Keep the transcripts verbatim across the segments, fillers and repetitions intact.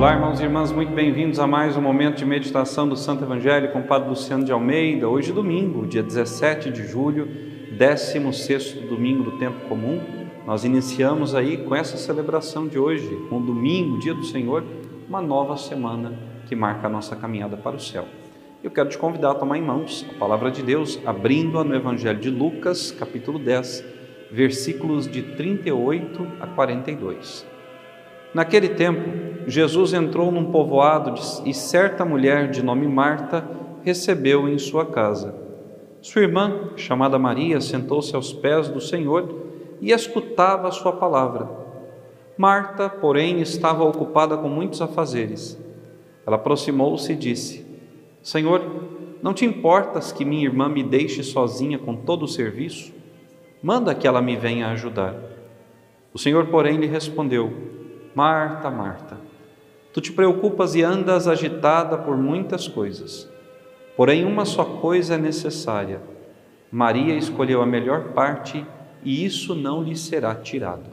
Olá, irmãos e irmãs, muito bem-vindos a mais um momento de meditação do Santo Evangelho com o Padre Luciano de Almeida. Hoje, domingo, dia dezessete de julho, décimo sexto domingo do tempo comum. Nós iniciamos aí com essa celebração de hoje, com o domingo, dia do Senhor, uma nova semana que marca a nossa caminhada para o céu. Eu quero te convidar a tomar em mãos a palavra de Deus, abrindo-a no Evangelho de Lucas, capítulo dez, versículos de trinta e oito a quarenta e dois. Naquele tempo, Jesus entrou num povoado e certa mulher de nome Marta recebeu-o em sua casa. Sua irmã, chamada Maria, sentou-se aos pés do Senhor e escutava a sua palavra. Marta, porém, estava ocupada com muitos afazeres. Ela aproximou-se e disse: Senhor, não te importas que minha irmã me deixe sozinha com todo o serviço? Manda que ela me venha ajudar. O Senhor, porém, lhe respondeu: Marta, Marta, tu te preocupas e andas agitada por muitas coisas, porém uma só coisa é necessária. Maria escolheu a melhor parte e isso não lhe será tirado.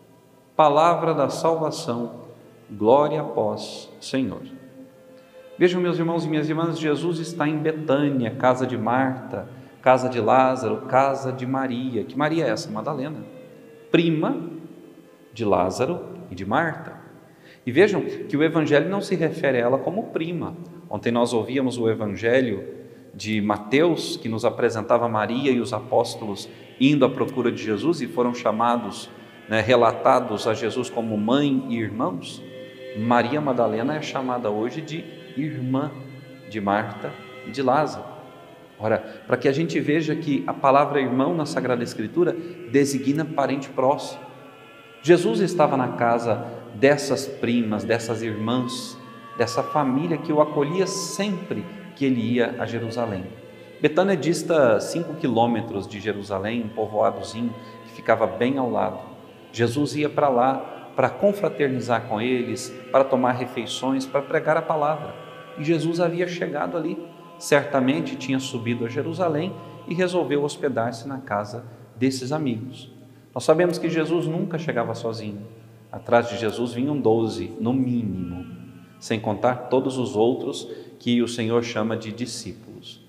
Palavra da salvação, glória a vós, Senhor. Vejam, meus irmãos e minhas irmãs, Jesus está em Betânia, casa de Marta, casa de Lázaro, casa de Maria. Que Maria é essa? Madalena, prima de Lázaro e de Marta. E vejam que o Evangelho não se refere a ela como prima. Ontem nós ouvíamos o Evangelho de Mateus, que nos apresentava Maria e os apóstolos indo à procura de Jesus e foram chamados, né, relatados a Jesus como mãe e irmãos. Maria Madalena é chamada hoje de irmã de Marta e de Lázaro. Ora, para que a gente veja que a palavra irmão na Sagrada Escritura designa parente próximo. Jesus estava na casa dessas primas, dessas irmãs, dessa família que o acolhia sempre que ele ia a Jerusalém. Betânia dista cinco quilômetros de Jerusalém, um povoadozinho que ficava bem ao lado. Jesus ia para lá para confraternizar com eles, para tomar refeições, para pregar a palavra. E Jesus havia chegado ali, certamente tinha subido a Jerusalém e resolveu hospedar-se na casa desses amigos. Nós sabemos que Jesus nunca chegava sozinho. Atrás de Jesus vinham doze, no mínimo, sem contar todos os outros que o Senhor chama de discípulos.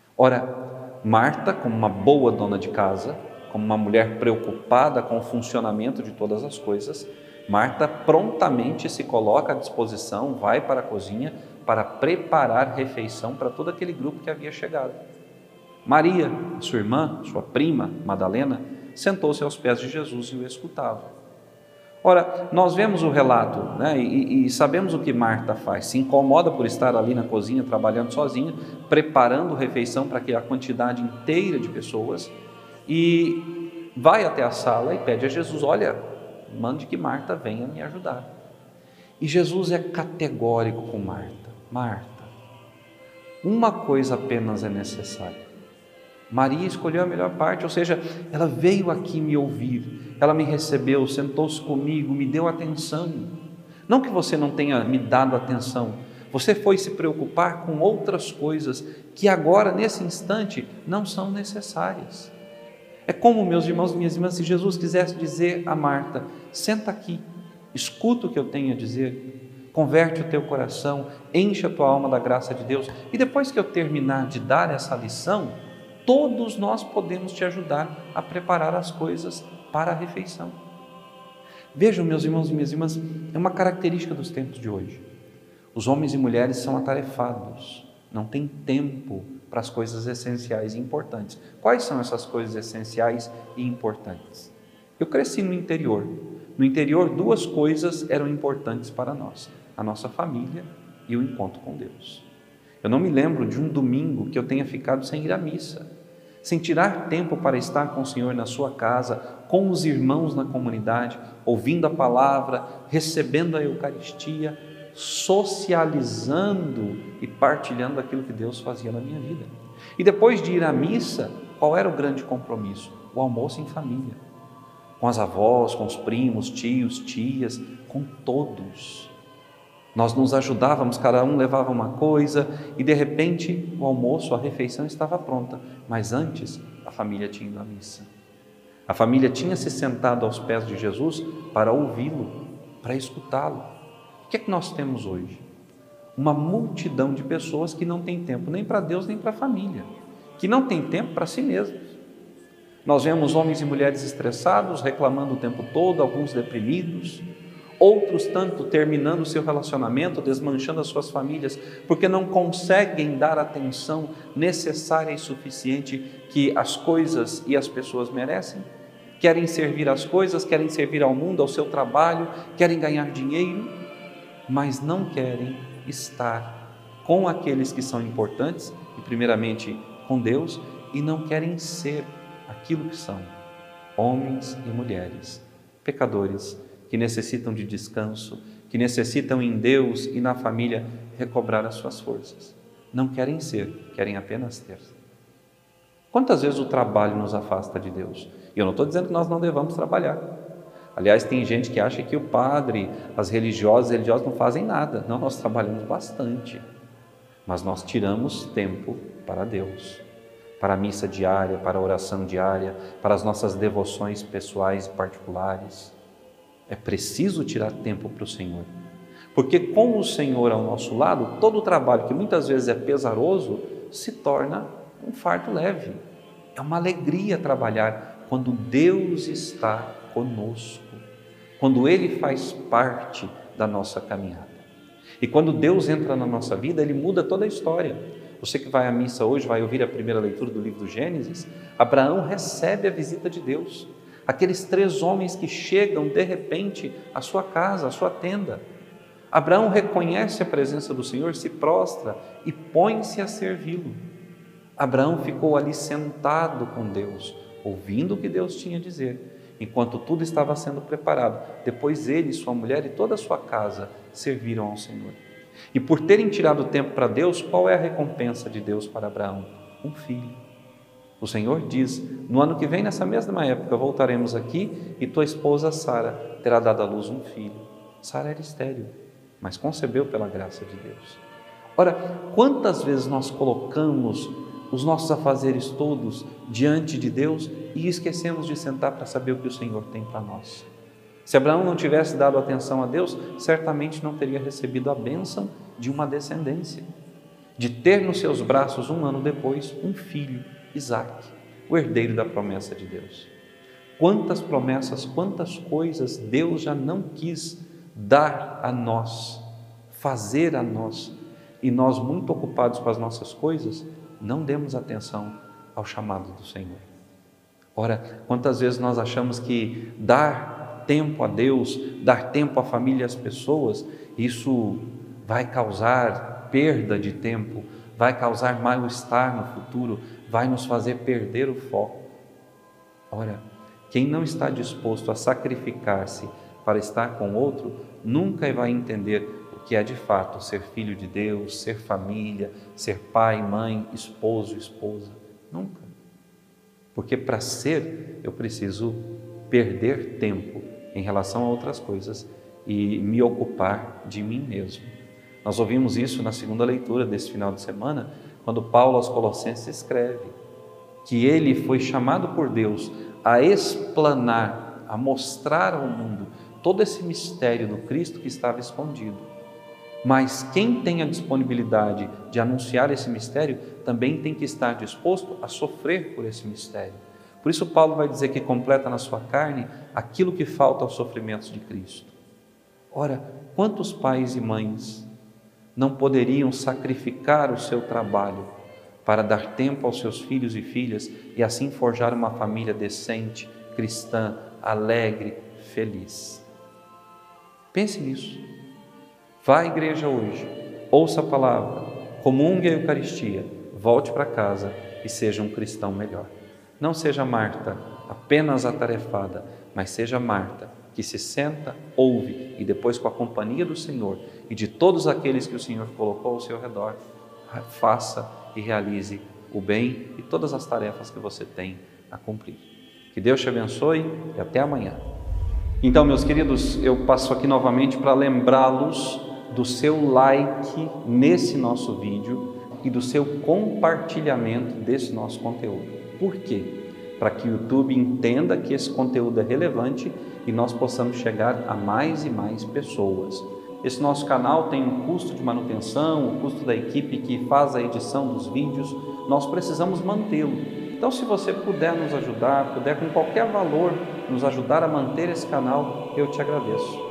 Ora, Marta, como uma boa dona de casa, como uma mulher preocupada com o funcionamento de todas as coisas, Marta prontamente se coloca à disposição, vai para a cozinha para preparar refeição para todo aquele grupo que havia chegado. Maria, sua irmã, sua prima, Madalena, sentou-se aos pés de Jesus e o escutava. Ora, nós vemos o relato, né, e, e sabemos o que Marta faz. Se incomoda por estar ali na cozinha trabalhando sozinha, preparando refeição para aquela quantidade inteira de pessoas, e vai até a sala e pede a Jesus: olha, mande que Marta venha me ajudar. E Jesus é categórico com Marta: Marta, uma coisa apenas é necessária. Maria escolheu a melhor parte, ou seja, ela veio aqui me ouvir, ela me recebeu, sentou-se comigo, me deu atenção. Não que você não tenha me dado atenção, você foi se preocupar com outras coisas que agora, nesse instante, não são necessárias. É como, meus irmãos e minhas irmãs, se Jesus quisesse dizer a Marta: senta aqui, escuta o que eu tenho a dizer, converte o teu coração, enche a tua alma da graça de Deus, e depois que eu terminar de dar essa lição, todos nós podemos te ajudar a preparar as coisas para a refeição. Vejam, meus irmãos e minhas irmãs, é uma característica dos tempos de hoje. Os homens e mulheres são atarefados, não têm tempo para as coisas essenciais e importantes. Quais são essas coisas essenciais e importantes? Eu cresci no interior. No interior, duas coisas eram importantes para nós: a nossa família e o encontro com Deus. Eu não me lembro de um domingo que eu tenha ficado sem ir à missa, sem tirar tempo para estar com o Senhor na sua casa, com os irmãos na comunidade, ouvindo a palavra, recebendo a Eucaristia, socializando e partilhando aquilo que Deus fazia na minha vida. E depois de ir à missa, qual era o grande compromisso? O almoço em família, com as avós, com os primos, tios, tias, com todos. Nós nos ajudávamos, cada um levava uma coisa e de repente o almoço, a refeição estava pronta. Mas antes a família tinha ido à missa. A família tinha se sentado aos pés de Jesus para ouvi-lo, para escutá-lo. que é que nós temos hoje? Uma multidão de pessoas que não tem tempo nem para Deus nem para a família, que não tem tempo para si mesmos. Nós vemos homens e mulheres estressados, reclamando o tempo todo, alguns deprimidos, outros tanto terminando o seu relacionamento, desmanchando as suas famílias, porque não conseguem dar a atenção necessária e suficiente que as coisas e as pessoas merecem. Querem servir às coisas, querem servir ao mundo, ao seu trabalho, querem ganhar dinheiro, mas não querem estar com aqueles que são importantes, e primeiramente com Deus, e não querem ser aquilo que são, homens e mulheres, pecadores, que necessitam de descanso, que necessitam em Deus e na família recobrar as suas forças. Não querem ser, querem apenas ter. Quantas vezes o trabalho nos afasta de Deus? E eu não estou dizendo que nós não devamos trabalhar. Aliás, tem gente que acha que o padre, as religiosas, os religiosos não fazem nada. Não, nós trabalhamos bastante. Mas nós tiramos tempo para Deus, para a missa diária, para a oração diária, para as nossas devoções pessoais e particulares. É preciso tirar tempo para o Senhor. Porque com o Senhor ao nosso lado, todo o trabalho que muitas vezes é pesaroso, se torna um fardo leve. É uma alegria trabalhar quando Deus está conosco, quando Ele faz parte da nossa caminhada. E quando Deus entra na nossa vida, Ele muda toda a história. Você que vai à missa hoje, vai ouvir a primeira leitura do livro do Gênesis, Abraão recebe a visita de Deus. Aqueles três homens que chegam de repente à sua casa, à sua tenda. Abraão reconhece a presença do Senhor, se prostra e põe-se a servi-lo. Abraão ficou ali sentado com Deus, ouvindo o que Deus tinha a dizer, enquanto tudo estava sendo preparado. Depois ele, sua mulher e toda a sua casa serviram ao Senhor. E por terem tirado tempo para Deus, qual é a recompensa de Deus para Abraão? Um filho. O Senhor diz, no ano que vem, nessa mesma época, voltaremos aqui e tua esposa Sara terá dado à luz um filho. Sara era estéril, mas concebeu pela graça de Deus. Ora, quantas vezes nós colocamos os nossos afazeres todos diante de Deus e esquecemos de sentar para saber o que o Senhor tem para nós? Se Abraão não tivesse dado atenção a Deus, certamente não teria recebido a bênção de uma descendência, de ter nos seus braços, um ano depois, um filho, Isaque, o herdeiro da promessa de Deus. Quantas promessas, quantas coisas Deus já não quis dar a nós, fazer a nós, e nós, muito ocupados com as nossas coisas, não demos atenção ao chamado do Senhor. Ora, quantas vezes nós achamos que dar tempo a Deus, dar tempo à família e às pessoas, isso vai causar perda de tempo, vai causar mal-estar no futuro, vai nos fazer perder o foco. Ora, quem não está disposto a sacrificar-se para estar com outro, nunca vai entender o que é de fato ser filho de Deus, ser família, ser pai, mãe, esposo, esposa. Nunca. Porque para ser, eu preciso perder tempo em relação a outras coisas e me ocupar de mim mesmo. Nós ouvimos isso na segunda leitura desse final de semana, quando Paulo aos Colossenses escreve que ele foi chamado por Deus a explanar, a mostrar ao mundo todo esse mistério do Cristo que estava escondido. Mas quem tem a disponibilidade de anunciar esse mistério também tem que estar disposto a sofrer por esse mistério. Por isso Paulo vai dizer que completa na sua carne aquilo que falta aos sofrimentos de Cristo. Ora, quantos pais e mães não poderiam sacrificar o seu trabalho para dar tempo aos seus filhos e filhas e assim forjar uma família decente, cristã, alegre, feliz? Pense nisso. Vá à igreja hoje, ouça a palavra, comungue a Eucaristia, volte para casa e seja um cristão melhor. Não seja Marta, apenas atarefada, mas seja Marta, que se senta, ouve e depois, com a companhia do Senhor e de todos aqueles que o Senhor colocou ao seu redor, faça e realize o bem e todas as tarefas que você tem a cumprir. Que Deus te abençoe e até amanhã. Então, meus queridos, eu passo aqui novamente para lembrá-los do seu like nesse nosso vídeo e do seu compartilhamento desse nosso conteúdo. Por quê? Para que o YouTube entenda que esse conteúdo é relevante e nós possamos chegar a mais e mais pessoas. Esse nosso canal tem um custo de manutenção, o custo da equipe que faz a edição dos vídeos, nós precisamos mantê-lo. Então, se você puder nos ajudar, puder com qualquer valor nos ajudar a manter esse canal, eu te agradeço.